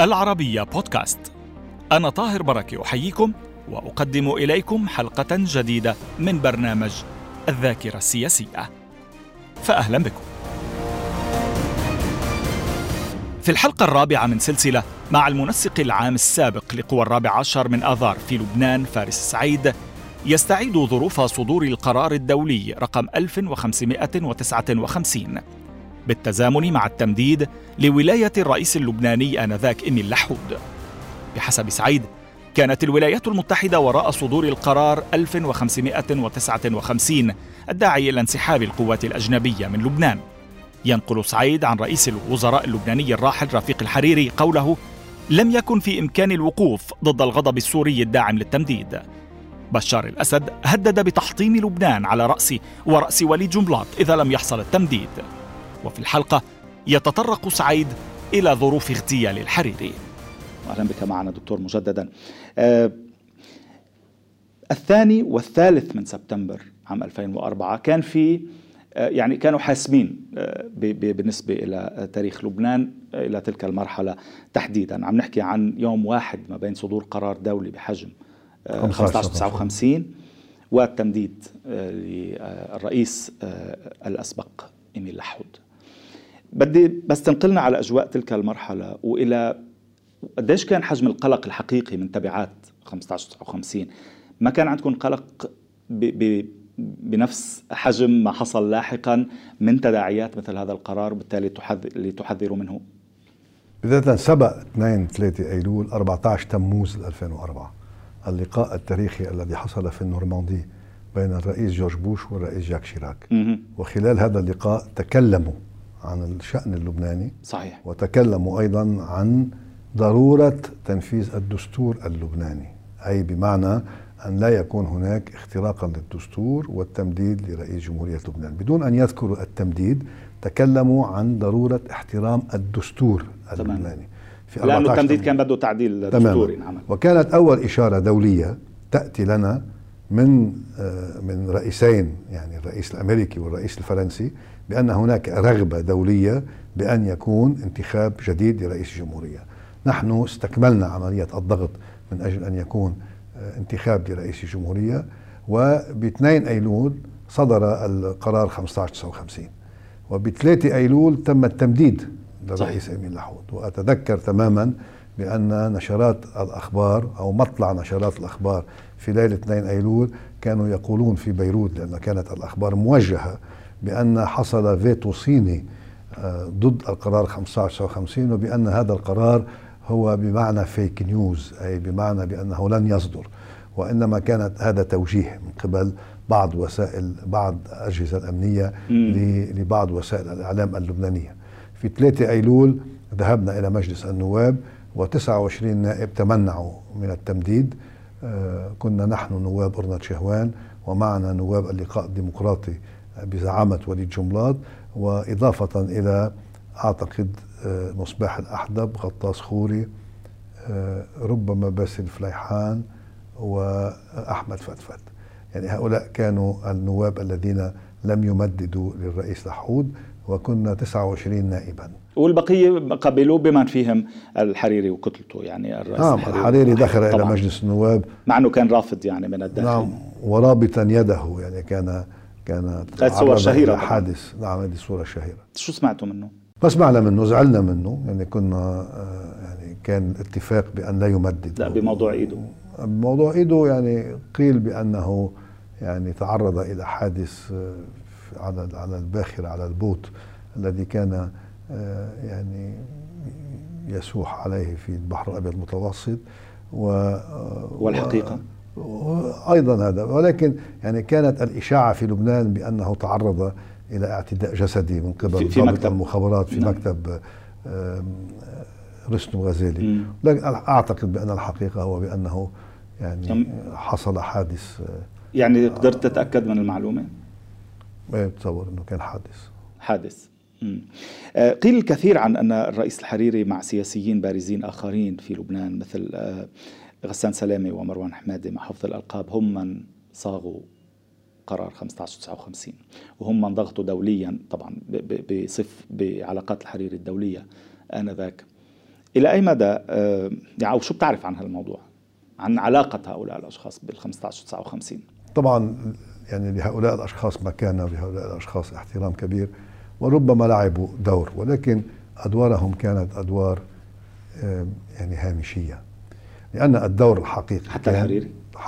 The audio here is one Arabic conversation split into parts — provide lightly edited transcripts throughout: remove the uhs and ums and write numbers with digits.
العربية بودكاست. أنا طاهر بركة أحييكم وأقدم إليكم حلقة جديدة من برنامج الذاكرة السياسية، فأهلا بكم. في الحلقة الرابعة من سلسلة مع المنسق العام السابق لقوى 14 من آذار في لبنان فارس سعيد، يستعيد ظروف صدور القرار الدولي رقم 1559 بالتزامن مع التمديد لولاية الرئيس اللبناني آنذاك إميل لحود. بحسب سعيد، كانت الولايات المتحدة وراء صدور القرار 1559 الداعي إلى انسحاب القوات الأجنبية من لبنان. ينقل سعيد عن رئيس الوزراء اللبناني الراحل رفيق الحريري قوله: لم يكن في إمكان الوقوف ضد الغضب السوري الداعم للتمديد. بشار الأسد هدد بتحطيم لبنان على رأس وليد جنبلاط إذا لم يحصل التمديد. وفي الحلقة يتطرق سعيد إلى ظروف اغتيال الحريري. أهلا بك معنا دكتور مجددا. الثاني والثالث من سبتمبر عام 2004 كان في كانوا حاسمين بالنسبة إلى تاريخ لبنان إلى تلك المرحلة تحديدا. عم نحكي عن يوم واحد ما بين صدور قرار دولي بحجم 1559 والتمديد للرئيس الأسبق إميل لحود. بدي بس تنقلنا على أجواء تلك المرحلة وإلى قديش كان حجم القلق الحقيقي من تبعات 1559. ما كان عندكم قلق بنفس حجم ما حصل لاحقا من تداعيات مثل هذا القرار وبالتالي لتحذروا منه؟ بداية سبق 2-3 أيلول 14 تموز 2004 اللقاء التاريخي الذي حصل في النورماندي بين الرئيس جورج بوش والرئيس جاك شيراك. وخلال هذا اللقاء تكلموا عن الشأن اللبناني. صحيح. وتكلموا أيضا عن ضرورة تنفيذ الدستور اللبناني، أي بمعنى أن لا يكون هناك اختراقا للدستور والتمديد لرئيس جمهورية لبنان. بدون أن يذكروا التمديد تكلموا عن ضرورة احترام الدستور اللبناني. لأن التمديد كان بده تعديل دستوري. نعم. وكانت أول إشارة دولية تأتي لنا من رئيسين، يعني الرئيس الأمريكي والرئيس الفرنسي، بأن هناك رغبة دولية بأن يكون انتخاب جديد لرئيس الجمهورية. نحن استكملنا عملية الضغط من أجل أن يكون انتخاب لرئيس الجمهورية، وب2 أيلول صدر القرار 1559 وب3 أيلول تم التمديد للرئيس إميل لحود. وأتذكر تماما بأن نشرات الأخبار أو مطلع نشرات الأخبار في ليلة 2 أيلول كانوا يقولون في بيروت، لأن كانت الأخبار موجهة بأن حصل فيتو صيني ضد القرار 1559 وبأن هذا القرار هو بمعنى فيك نيوز، أي بمعنى بأنه لن يصدر، وإنما كانت هذا توجيه من قبل بعض الأجهزة الأمنية لبعض وسائل الإعلام اللبنانية. في 3 أيلول ذهبنا إلى مجلس النواب و29 نائب تمنعوا من التمديد. كنا نحن نواب أرنت شهوان ومعنا نواب اللقاء الديمقراطي بزعامة وليد جنبلاط، وإضافة إلى أعتقد مصباح الأحدب، غطاس خوري، ربما باسل فليحان وأحمد فتفت. يعني هؤلاء كانوا النواب الذين لم يمددوا للرئيس لحود، وكنا 29 نائبا. والبقية قبلوا بمن فيهم الحريري وكتلته، يعني الرئيس الحريري دخل إلى مجلس النواب مع أنه كان رافض يعني من الداخل. نعم، ورابطا يده، يعني كانت صورة شهيرة حادث. نعم، هذه الصورة شهيرة. شو سمعتوا منه؟ فسمعنا منه، زعلنا منه، يعني كنا كان الاتفاق بأن لا يمدد. لا، بموضوع إيده يعني قيل بأنه يعني تعرض إلى حادث على الباخرة، على البوت الذي كان يعني يسوح عليه في البحر الأبيض المتوسط. والحقيقة أيضا هذا، ولكن يعني كانت الإشاعة في لبنان بأنه تعرض إلى اعتداء جسدي من قبل ضابط المخابرات في مكتب رستم غزالي. لكن أعتقد بأن الحقيقة هو بأنه يعني حصل حادث. يعني قدرت تتأكد من المعلومة؟ بتصور أنه كان حادث. قيل الكثير عن أن الرئيس الحريري مع سياسيين بارزين آخرين في لبنان مثل غسان سلامة ومروان حمادة مع حفظ الألقاب هم من صاغوا قرار 1559 وهم من ضغطوا دوليا طبعا بعلاقات الحريري الدولية آنذاك. إلى أي مدى يعني أو شو بتعرف عن هالموضوع، عن علاقة هؤلاء الأشخاص بال15/59؟ طبعا يعني لهؤلاء الأشخاص مكانة ولهؤلاء الأشخاص احترام كبير، وربما لعبوا دور، ولكن أدوارهم كانت أدوار يعني هامشية، لأن الدور الحقيقي حتى الحريري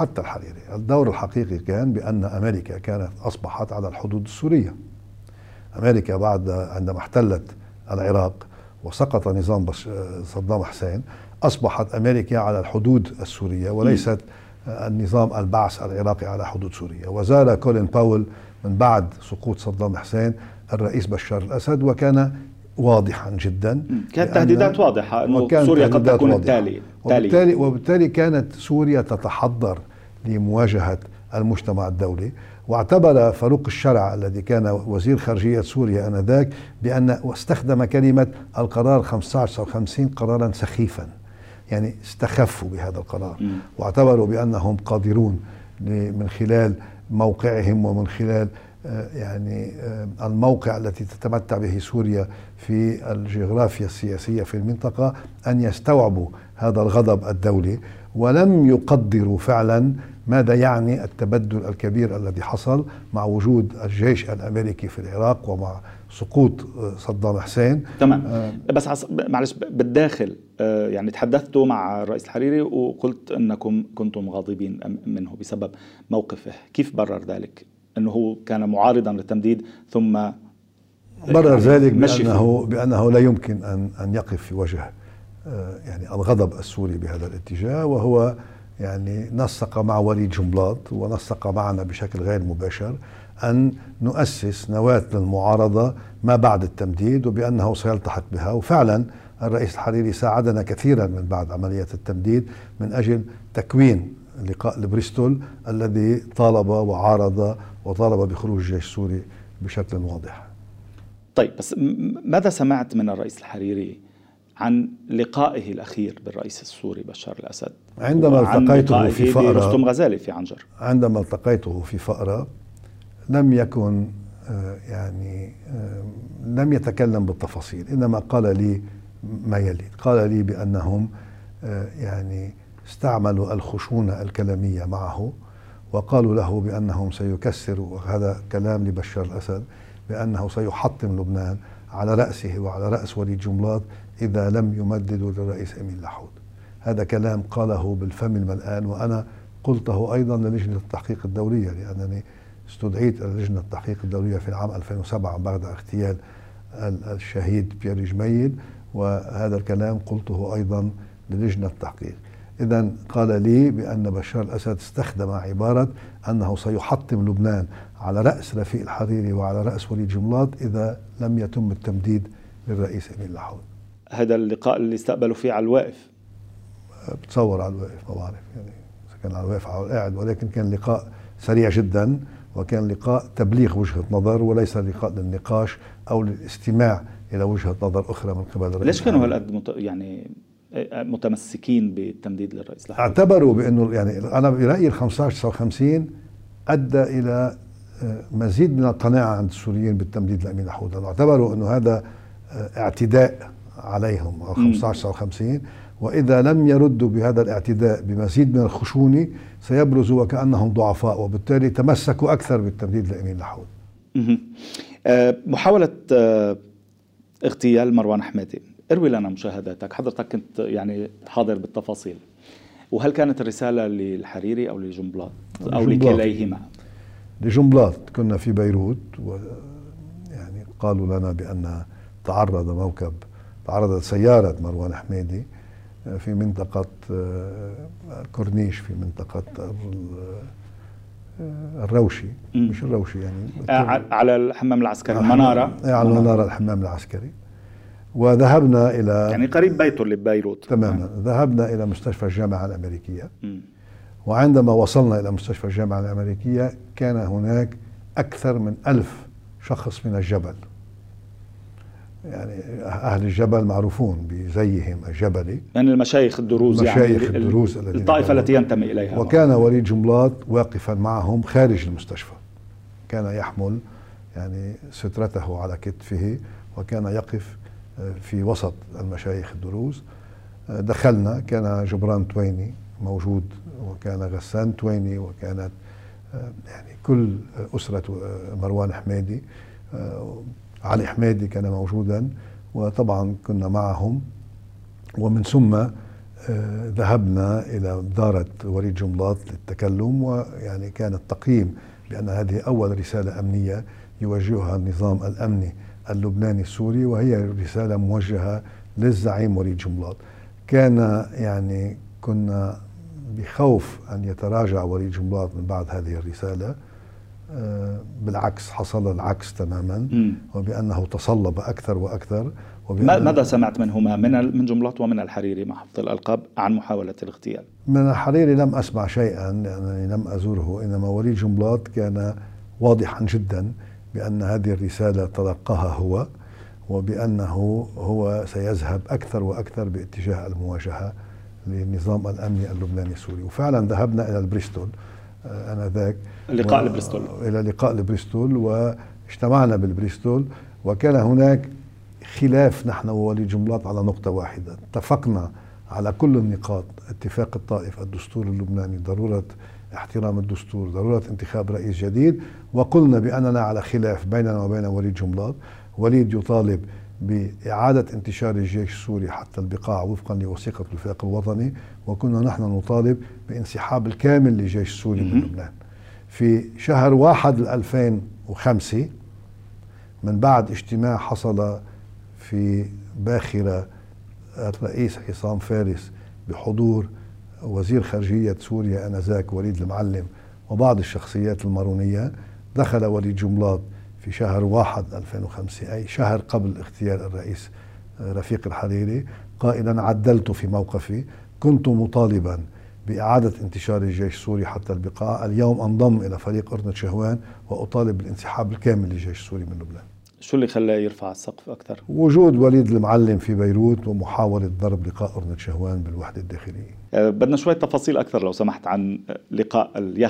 الدور الحقيقي كان بأن أمريكا كانت أصبحت على الحدود السورية. أمريكا بعد عندما احتلت العراق وسقط نظام صدام حسين، أصبحت أمريكا على الحدود السورية وليست النظام البعث العراقي على حدود سوريا. وزار كولين باول من بعد سقوط صدام حسين الرئيس بشار الأسد، وكان واضحا جدا، كانت تهديدات واضحة أنه سوريا قد تكون التالية، وبالتالي كانت سوريا تتحضر لمواجهة المجتمع الدولي. واعتبر فاروق الشرع الذي كان وزير خارجية سوريا آنذاك بأن واستخدم كلمة القرار 15/59 قرارا سخيفا، يعني استخفوا بهذا القرار واعتبروا بأنهم قادرون من خلال موقعهم ومن خلال يعني الموقع التي تتمتع به سوريا في الجغرافيا السياسية في المنطقة أن يستوعبوا هذا الغضب الدولي، ولم يقدروا فعلا ماذا يعني التبدل الكبير الذي حصل مع وجود الجيش الأمريكي في العراق ومع سقوط صدام حسين. تمام. بس معلش بالداخل يعني تحدثتوا مع الرئيس الحريري وقلت أنكم كنتم غاضبين منه بسبب موقفه، كيف برر ذلك؟ أنه هو كان معارضا للتمديد ثم برر ذلك بأنه لا يمكن أن يقف في وجه يعني الغضب السوري بهذا الاتجاه، وهو يعني نسق مع وليد جنبلاط ونسق معنا بشكل غير مباشر أن نؤسس نواة للمعارضة ما بعد التمديد، وبأنه سيلتحق بها. وفعلا الرئيس الحريري ساعدنا كثيرا من بعد عملية التمديد من أجل تكوين لقاء لبريستول الذي طالب وعارض وطالب بخروج الجيش السوري بشكل واضح. طيب، بس ماذا سمعت من الرئيس الحريري عن لقائه الأخير بالرئيس السوري بشار الأسد عندما التقيته في فأرة رستم غزالي في عنجر؟ عندما التقيته في فأرة لم يكن يعني لم يتكلم بالتفاصيل، إنما قال لي ما يلي. قال لي بأنهم يعني استعملوا الخشونة الكلامية معه، وقالوا له بأنهم سيكسروا، وهذا كلام لبشار الأسد، بأنه سيحطم لبنان على رأسه وعلى رأس وليد جنبلاط إذا لم يمددوا للرئيس أمين لحود. هذا كلام قاله بالفم الملآن، وأنا قلته أيضا للجنة التحقيق الدولية، لأنني استدعيت لجنة التحقيق الدولية في العام 2007 بعد اغتيال الشهيد بيير جميل، وهذا الكلام قلته أيضا للجنة التحقيق. إذن قال لي بأن بشار الأسد استخدم عبارة أنه سيحطم لبنان على رأس رفيق الحريري وعلى رأس وليد جنبلاط إذا لم يتم التمديد للرئيس أمين لحود. هذا اللقاء اللي استقبلوا فيه على الواقف؟ بتصور على الواقف، ما بعرف يعني إذا كان على الواقف أو القاعد، ولكن كان لقاء سريع جدا، وكان لقاء تبليغ وجهة نظر وليس لقاء للنقاش أو للاستماع إلى وجهة نظر أخرى من قبل الرئيس. ليش كانوا هالقد يعني متمسكين بالتمديد للرئيس لحود؟ اعتبروا بأنه يعني أنا برأيي 15/59 أدى إلى مزيد من القناعة عند السوريين بالتمديد لأمين لحود، لأنه اعتبروا أنه هذا اعتداء عليهم 15/59، وإذا لم يردوا بهذا الاعتداء بمزيد من الخشونة سيبرزوا وكأنهم ضعفاء، وبالتالي تمسكوا أكثر بالتمديد لأمين لحود. محاولة اغتيال مروان حمادي، اروي لنا مشاهداتك، حضرتك كنت يعني حاضر بالتفاصيل، وهل كانت الرسالة للحريري أو لجنبلاط أو لكليهما؟ لجنبلاط. كنا في بيروت ويعني قالوا لنا بأن تعرضت سيارة مروان حمادي في منطقة كورنيش، في منطقة الروشي، مش الروشي يعني على الحمام العسكري، المنارة، على المنارة الحمام العسكري. وذهبنا إلى يعني قريب بيته اللي ببيروت تماما. ذهبنا إلى مستشفى الجامعة الأمريكية، وعندما وصلنا إلى مستشفى الجامعة الأمريكية كان هناك أكثر من 1000 شخص من الجبل. يعني أهل الجبل معروفون بزيهم الجبلي، يعني المشايخ الدروز، الدروز الطائفة التي ينتمي إليها. وكان وليد جنبلاط واقفا معهم خارج المستشفى، كان يحمل يعني سترته على كتفه، وكان يقف في وسط المشايخ الدروز. دخلنا، كان جبران تويني موجود، وكان غسان تويني، وكانت يعني كل أسرة مروان حميدي، علي حميدي كان موجودا، وطبعا كنا معهم. ومن ثم ذهبنا إلى دارة وليد جنبلاط للتكلم، ويعني كان التقييم بأن هذه أول رسالة أمنية يوجهها النظام الأمني اللبناني السوري، وهي رسالة موجهة للزعيم وليد جنبلاط. كان يعني كنا بخوف أن يتراجع وليد جنبلاط من بعد هذه الرسالة، بالعكس حصل العكس تماما، وبأنه تصلب أكثر وأكثر. ماذا سمعت منهما من جنبلاط ومن الحريري مع حفظ الألقاب عن محاولة الاغتيال؟ من الحريري لم أسمع شيئا لأنني لم أزوره، إنما وليد جنبلاط كان واضحا جدا بأن هذه الرسالة تلقاها هو، وبأنه هو سيذهب أكثر وأكثر باتجاه المواجهة للنظام الأمني اللبناني السوري. وفعلا ذهبنا إلى البريستول آنذاك، لقاء البريستول، إلى لقاء البريستول، واجتمعنا بالبريستول، وكان هناك خلاف نحن ووليد جنبلاط على نقطة واحدة. اتفقنا على كل النقاط: اتفاق الطائف، الدستور اللبناني، ضرورة احترام الدستور، ضرورة انتخاب رئيس جديد. وقلنا بأننا على خلاف بيننا وبين وليد جنبلاط. وليد يطالب بإعادة انتشار الجيش السوري حتى البقاع وفقا لوثيقة الوفاق الوطني، وكنا نحن نطالب بانسحاب الكامل للجيش السوري من لبنان. في شهر 1 2005 من بعد اجتماع حصل في باخرة الرئيس عصام فارس بحضور وزير خارجية سوريا آنذاك وليد المعلم وبعض الشخصيات المارونية، دخل وليد جنبلاط في شهر 1 2005، أي شهر قبل اغتيال الرئيس رفيق الحريري، قائلا: عدلت في موقفي، كنت مطالبا بإعادة انتشار الجيش السوري حتى البقاع، اليوم أنضم إلى فريق أرنت شهوان وأطالب بالانسحاب الكامل للجيش السوري من لبنان. شو اللي خلاه يرفع السقف أكثر؟ وجود وليد المعلم في بيروت ومحاولة ضرب لقاء أرنت شهوان بالوحدة الداخلية. بدنا شوية تفاصيل أكثر لو سمحت عن لقاء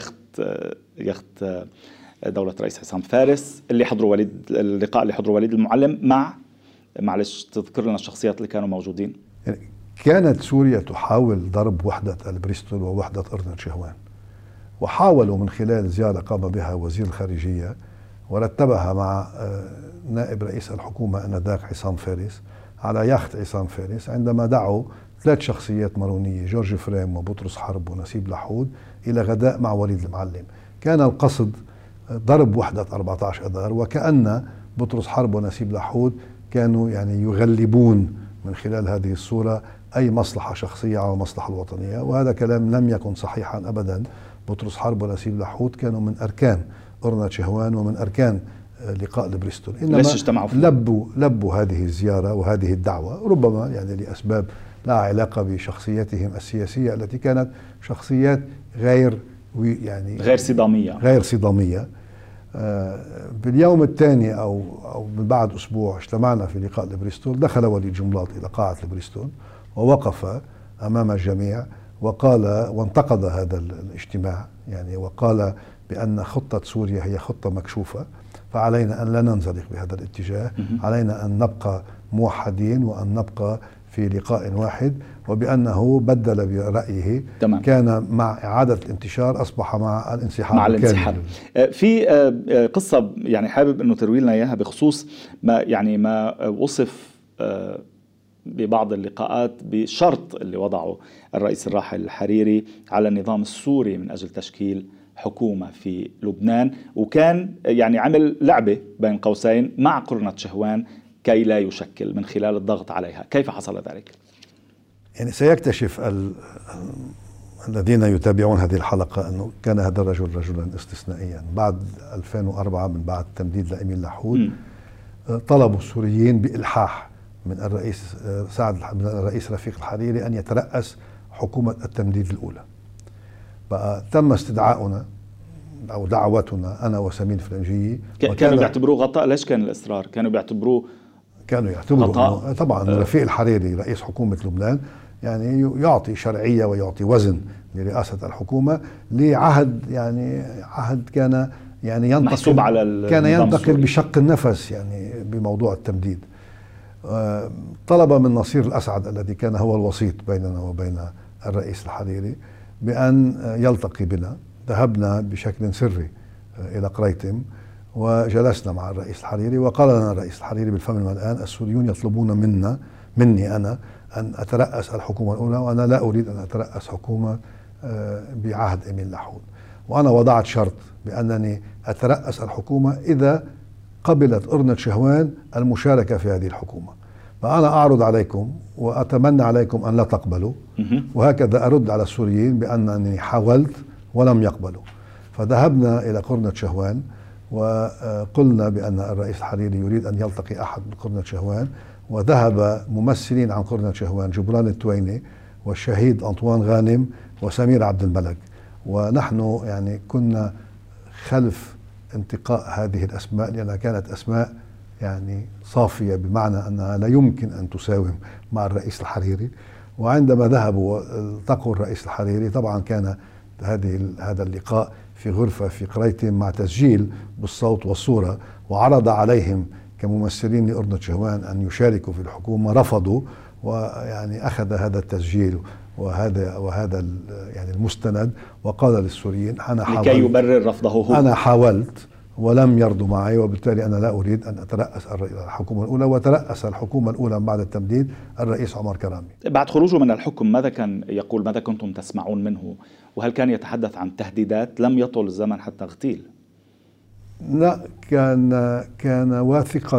يخت دولة رئيس عصام فارس اللي حضروا اللقاء اللي حضروا وليد المعلم مع، معلش تذكر لنا الشخصيات اللي كانوا موجودين. يعني كانت سوريا تحاول ضرب وحدة البريستول ووحدة أرنت شهوان، وحاولوا من خلال زيارة قام بها وزير الخارجية ورتبها مع نائب رئيس الحكومة آنذاك عصام فارس على يخت عصام فارس، عندما دعوا 3 شخصيات مارونية: جورج فريم وبطرس حرب ونسيب لحود إلى غداء مع وليد المعلم. كان القصد ضرب وحدة 14 أذار، وكأن بطرس حرب ونسيب لحود كانوا يعني يغلبون من خلال هذه الصورة أي مصلحة شخصية على المصلحة الوطنية، وهذا كلام لم يكن صحيحا أبدا. بطرس حرب ونسيب لحود كانوا من أركان أرنت شهوان ومن أركان لقاء البريستول، إنما ليش اجتمعوا فيه؟ لبوا هذه الزيارة وهذه الدعوة، ربما يعني لأسباب لا علاقة بشخصيتهم السياسية التي كانت شخصيات غير صدامية. باليوم الثاني أو من بعد أسبوع اجتمعنا في لقاء البريستول. دخل وليد جنبلاط إلى قاعة البريستول ووقف أمام الجميع وقال، وانتقد هذا الاجتماع يعني، وقال بأن خطة سوريا هي خطة مكشوفة، فعلينا أن لا ننزلق بهذا الاتجاه، علينا أن نبقى موحدين وأن نبقى في لقاء واحد، وبأنه بدل برأيه. تمام. كان مع إعادة الانتشار أصبح مع الانسحاب. في قصة يعني حابب أنه تروي لنا إياها بخصوص ما وصف ببعض اللقاءات بشرط اللي وضعه الرئيس الراحل الحريري على النظام السوري من أجل تشكيل حكومة في لبنان، وكان يعني عمل لعبة بين قوسين مع قرنة شهوان كي لا يشكل من خلال الضغط عليها. كيف حصل ذلك؟ يعني سيكتشف الذين يتابعون هذه الحلقة أنه كان هذا الرجل رجلا استثنائيا. بعد 2004 من بعد تمديد لأمين لحود طلبوا السوريين بإلحاح من الرئيس رفيق الحريري أن يترأس حكومة التمديد الأولى. بقى تم استدعاؤنا أو دعوتنا أنا وسمين فرنجي. كانوا بيعتبروه غطاء. ليش كان الإصرار؟ كانوا يعتبروا طبعا رفيق الحريري رئيس حكومة لبنان يعني يعطي شرعية ويعطي وزن لرئاسة الحكومة لعهد، يعني عهد كان يعني محسوب على كان ينتقل بشق النفس يعني بموضوع التمديد. طلب من نصير الأسعد الذي كان هو الوسيط بيننا وبين الرئيس الحريري بأن يلتقي بنا. ذهبنا بشكل سري إلى قريتم وجلسنا مع الرئيس الحريري، وقال لنا الرئيس الحريري بالفم والآن: السوريون يطلبون مني أنا أن أترأس الحكومة الأولى، وأنا لا أريد أن أترأس حكومة بعهد إميل لحود، وأنا وضعت شرط بأنني أترأس الحكومة إذا قبلت أرنة شهوان المشاركة في هذه الحكومة. فأنا أعرض عليكم وأتمنى عليكم أن لا تقبلوا، وهكذا أرد على السوريين بأنني حاولت ولم يقبلوا. فذهبنا إلى قرنة شهوان وقلنا بأن الرئيس الحريري يريد أن يلتقي أحد من قرنة شهوان، وذهب ممثلين عن قرنة شهوان: جبران التويني والشهيد أنطوان غانم وسمير عبد الملك. ونحن يعني كنا خلف انتقاء هذه الأسماء، لأنها كانت أسماء يعني صافية، بمعنى أنها لا يمكن أن تساوم مع الرئيس الحريري. وعندما ذهبوا التقوا الرئيس الحريري، طبعا كان هذا اللقاء في غرفة في قريتم مع تسجيل بالصوت والصورة، وعرض عليهم كممثلين لأرنة شهوان أن يشاركوا في الحكومة. رفضوا، ويعني أخذ هذا التسجيل وهذا يعني المستند وقال للسوريين: لكي يبرر رفضه هو: أنا حاولت ولم يرضوا معي، وبالتالي أنا لا أريد أن أترأس الحكومة الأولى. وترأس الحكومة الأولى بعد التمديد الرئيس عمر كرامي. بعد خروجه من الحكم ماذا كان يقول؟ ماذا كنتم تسمعون منه؟ وهل كان يتحدث عن تهديدات؟ لم يطل الزمن حتى اغتيل. لا، كان واثقا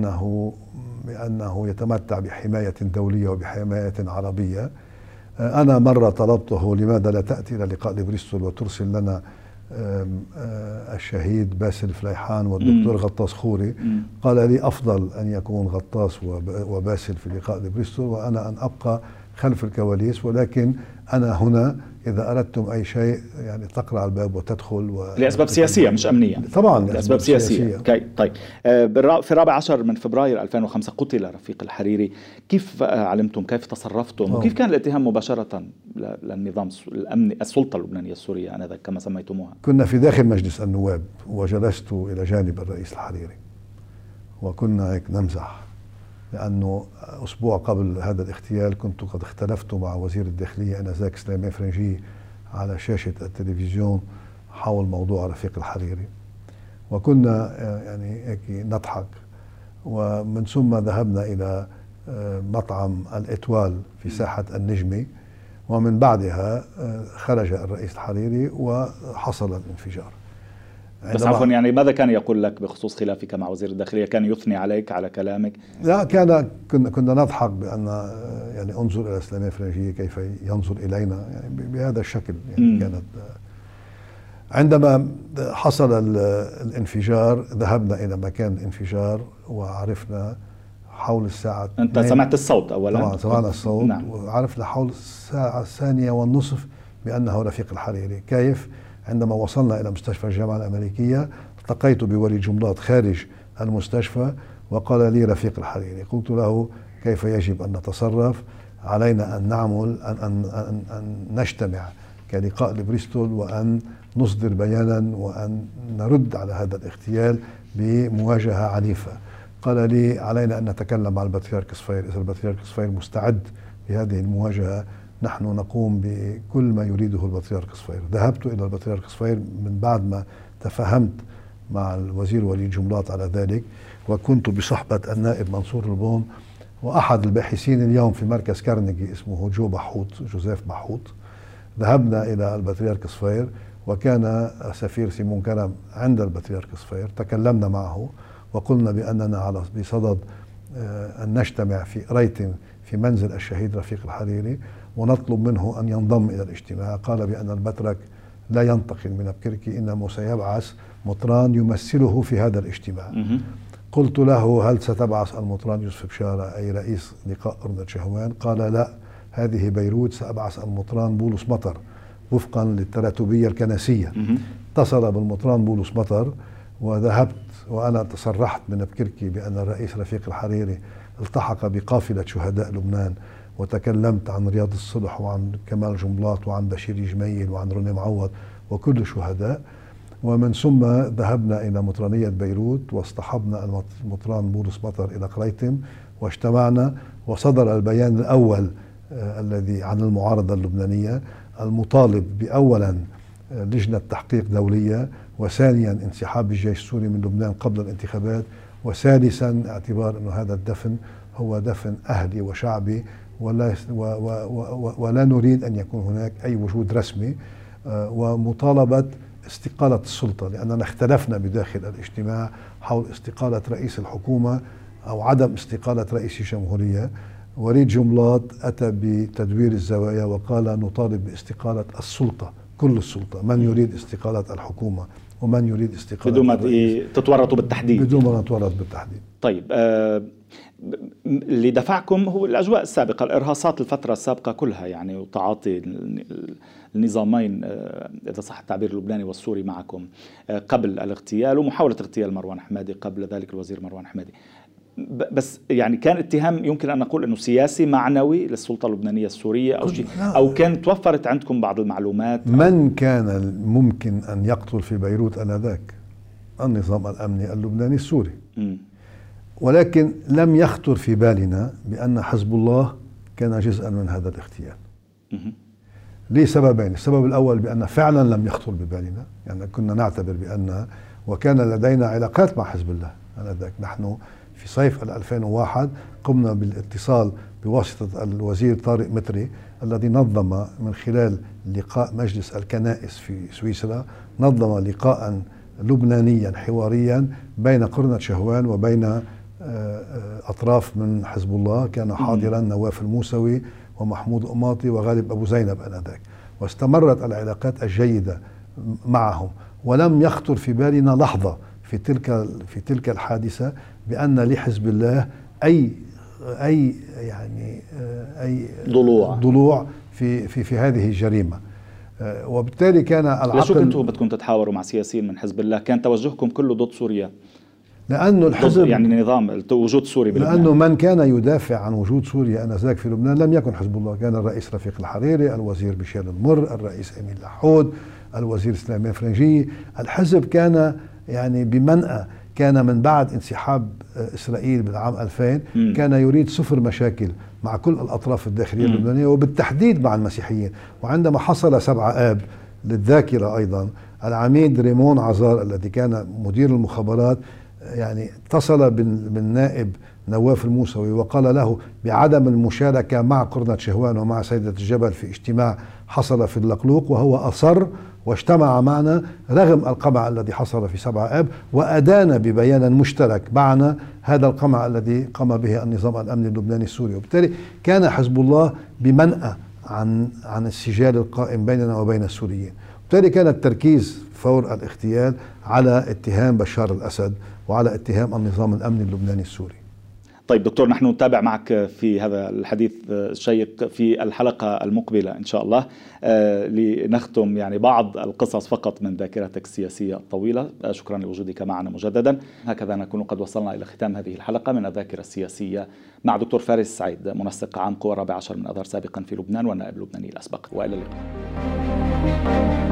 بأنه يتمتع بحماية دولية وبحماية عربية. أنا مرة طلبته: لماذا لا تأتي إلى لقاء لبريستول وترسل لنا الشهيد باسل فليحان والدكتور غطاس خوري؟ قال لي: أفضل أن يكون غطاس وباسل في لقاء لبريستول، وأنا أن أبقى خلف الكواليس، ولكن أنا هنا إذا أردتم أي شيء يعني تقرأ على الباب وتدخل. لأسباب سياسية مش أمنية طبعا، لأسباب سياسية. طيب، في 14 من فبراير 2005 قتل رفيق الحريري. كيف علمتم؟ كيف تصرفتم؟ وكيف كان الاتهام مباشرة للنظام الأمني، السلطة اللبنانية السورية آنذاك كما سميتموها؟ كنا في داخل مجلس النواب، وجلست إلى جانب الرئيس الحريري، وكنا هيك نمزح، لأنه أسبوع قبل هذا الاغتيال كنت قد اختلفت مع وزير الداخلية آنذاك سليمان فرنجي على شاشة التلفزيون حول موضوع رفيق الحريري، وكنا يعني هيك نضحك. ومن ثم ذهبنا إلى مطعم الإتوال في ساحة النجمي، ومن بعدها خرج الرئيس الحريري وحصل الانفجار. بس عفوا، يعني ماذا كان يقول لك بخصوص خلافك مع وزير الداخلية؟ كان يثني عليك على كلامك؟ لا، كنا نضحك بأن يعني انظر إلى سليمان فرنجي كيف ينظر إلينا، يعني بهذا الشكل. يعني كانت عندما حصل الانفجار ذهبنا إلى مكان الانفجار، وعرفنا حول الساعة. أنت سمعت الصوت أولا؟ طبعا سمعنا الصوت. نعم. وعرفنا حول الساعة 2:30 بأنه رفيق الحريري. كيف؟ عندما وصلنا إلى مستشفى الجامعة الأمريكية التقيت بوليد جملات خارج المستشفى، وقال لي: رفيق الحريري. قلت له: كيف يجب أن نتصرف؟ علينا أن نعمل أن نجتمع كلقاء لبريستول، وأن نصدر بيانا، وأن نرد على هذا الاغتيال بمواجهة عنيفة. قال لي: علينا أن نتكلم مع البطريرك صفير، إذا البطريرك صفير مستعد لهذه المواجهة نحن نقوم بكل ما يريده البطريرك صفير. ذهبت إلى البطريرك صفير من بعد ما تفاهمت مع الوزير وليد جملات على ذلك، وكنت بصحبة النائب منصور البون وأحد الباحثين اليوم في مركز كارنيجي اسمه جوزيف بحوط. ذهبنا إلى البطريرك صفير، وكان سفير سيمون كرم عند البطريرك صفير. تكلمنا معه وقلنا بأننا بصدد أن نجتمع في قريتم في منزل الشهيد رفيق الحريري، ونطلب منه أن ينضم إلى الاجتماع. قال بأن البطرك لا ينتقل من بكركي، إنما سيبعث مطران يمثله في هذا الاجتماع. قلت له: هل ستبعث المطران يوسف بشارة أي رئيس لقاء أرنة شهوان؟ قال: لا، هذه بيروت، سأبعث المطران بولس مطر وفقا للتراتبية الكنسية. اتصل بالمطران بولس مطر، وذهبت وأنا تصرحت من بكركي بأن الرئيس رفيق الحريري التحق بقافلة شهداء لبنان، وتكلمت عن رياض الصلح وعن كمال جملات وعن بشير جميل وعن روني معوض وكل الشهداء. ومن ثم ذهبنا إلى مطرانية بيروت واصطحبنا المطران بولس مطر إلى قريتم، واجتمعنا وصدر البيان الأول الذي عن المعارضة اللبنانية المطالب بأولا لجنة تحقيق دولية، وثانيا انسحاب الجيش السوري من لبنان قبل الانتخابات، وثالثا اعتبار أن هذا الدفن هو دفن أهلي وشعبي ولا نريد أن يكون هناك أي وجود رسمي، ومطالبة استقالة السلطة، لأننا اختلفنا بداخل الاجتماع حول استقالة رئيس الحكومة أو عدم استقالة رئيس الجمهورية. وليد جملاط أتى بتدوير الزوايا وقال نطالب باستقالة السلطة، كل السلطة، من يريد استقالة الحكومة ومن يريد استقالة بدون ما تتورطوا بالتحديد. بدون ما نتورط بالتحديد. طيب، اللي دفعكم هو الأجواء السابقة، الإرهاصات الفترة السابقة كلها يعني، وتعاطي النظامين إذا صح التعبير اللبناني والسوري معكم قبل الاغتيال، ومحاولة اغتيال مروان حمادي قبل ذلك الوزير مروان حمادي. بس يعني كان اتهام يمكن أن نقول أنه سياسي معنوي للسلطة اللبنانية السورية أو شيء، أو كان توفرت عندكم بعض المعلومات؟ من كان ممكن أن يقتل في بيروت آنذاك؟ النظام الأمني اللبناني السوري. ولكن لم يخطر في بالنا بأن حزب الله كان جزءا من هذا الاغتيال لسببين. السبب الأول بأن فعلا لم يخطر ببالنا، يعني كنا نعتبر بأن، وكان لدينا علاقات مع حزب الله آنذاك. نحن في صيف 2001 قمنا بالاتصال بواسطة الوزير طارق متري الذي نظم من خلال لقاء مجلس الكنائس في سويسرا، نظم لقاء لبنانيا حواريا بين قرنة شهوان وبين أطراف من حزب الله. كان حاضرا نواف الموسوي ومحمود قماطي وغالب أبو زينب آنذاك، واستمرت العلاقات الجيدة معهم. ولم يخطر في بالنا لحظة في تلك الحادثة بأن لحزب الله أي ضلوع في هذه الجريمة. وبالتالي كان العقل. لشو كنتوا بدكم تتحاوروا مع سياسيين من حزب الله؟ كان توجهكم كله ضد سوريا، لأنه الحزب يعني نظام وجود سوري بلبنان. لأنه من كان يدافع عن وجود سوريا آنذاك في لبنان لم يكن حزب الله، كان الرئيس رفيق الحريري، الوزير بشير المر، الرئيس أمين لحود، الوزير سليمان فرنجي. الحزب كان يعني بمنأى، كان من بعد انسحاب إسرائيل بالعام 2000 كان يريد صفر مشاكل مع كل الأطراف الداخلية اللبنانية وبالتحديد مع المسيحيين. وعندما حصل 7 آب للذاكرة أيضا، العميد ريمون عزار الذي كان مدير المخابرات يعني اتصل بالنائب نواف الموسوي وقال له بعدم المشاركة مع قرنة شهوان ومع سيدة الجبل في اجتماع حصل في اللقلوق، وهو أصر واجتمع معنا رغم القمع الذي حصل في 7 آب، وأدان ببيان مشترك معنا هذا القمع الذي قام به النظام الأمني اللبناني السوري. وبالتالي كان حزب الله بمنأى عن السجال القائم بيننا وبين السوريين. وبالتالي كان التركيز فور الاغتيال على اتهام بشار الأسد وعلى اتهام النظام الأمني اللبناني السوري. طيب دكتور، نحن نتابع معك في هذا الحديث الشيق في الحلقة المقبلة إن شاء الله، لنختم يعني بعض القصص فقط من ذاكرتك السياسية الطويلة. شكرا لوجودك معنا مجددا. هكذا نكون قد وصلنا إلى ختام هذه الحلقة من الذاكرة السياسية مع دكتور فارس سعيد، منسق عام قوى 14 من أذار سابقا في لبنان والنائب اللبناني الأسبق، وإلى اللقاء.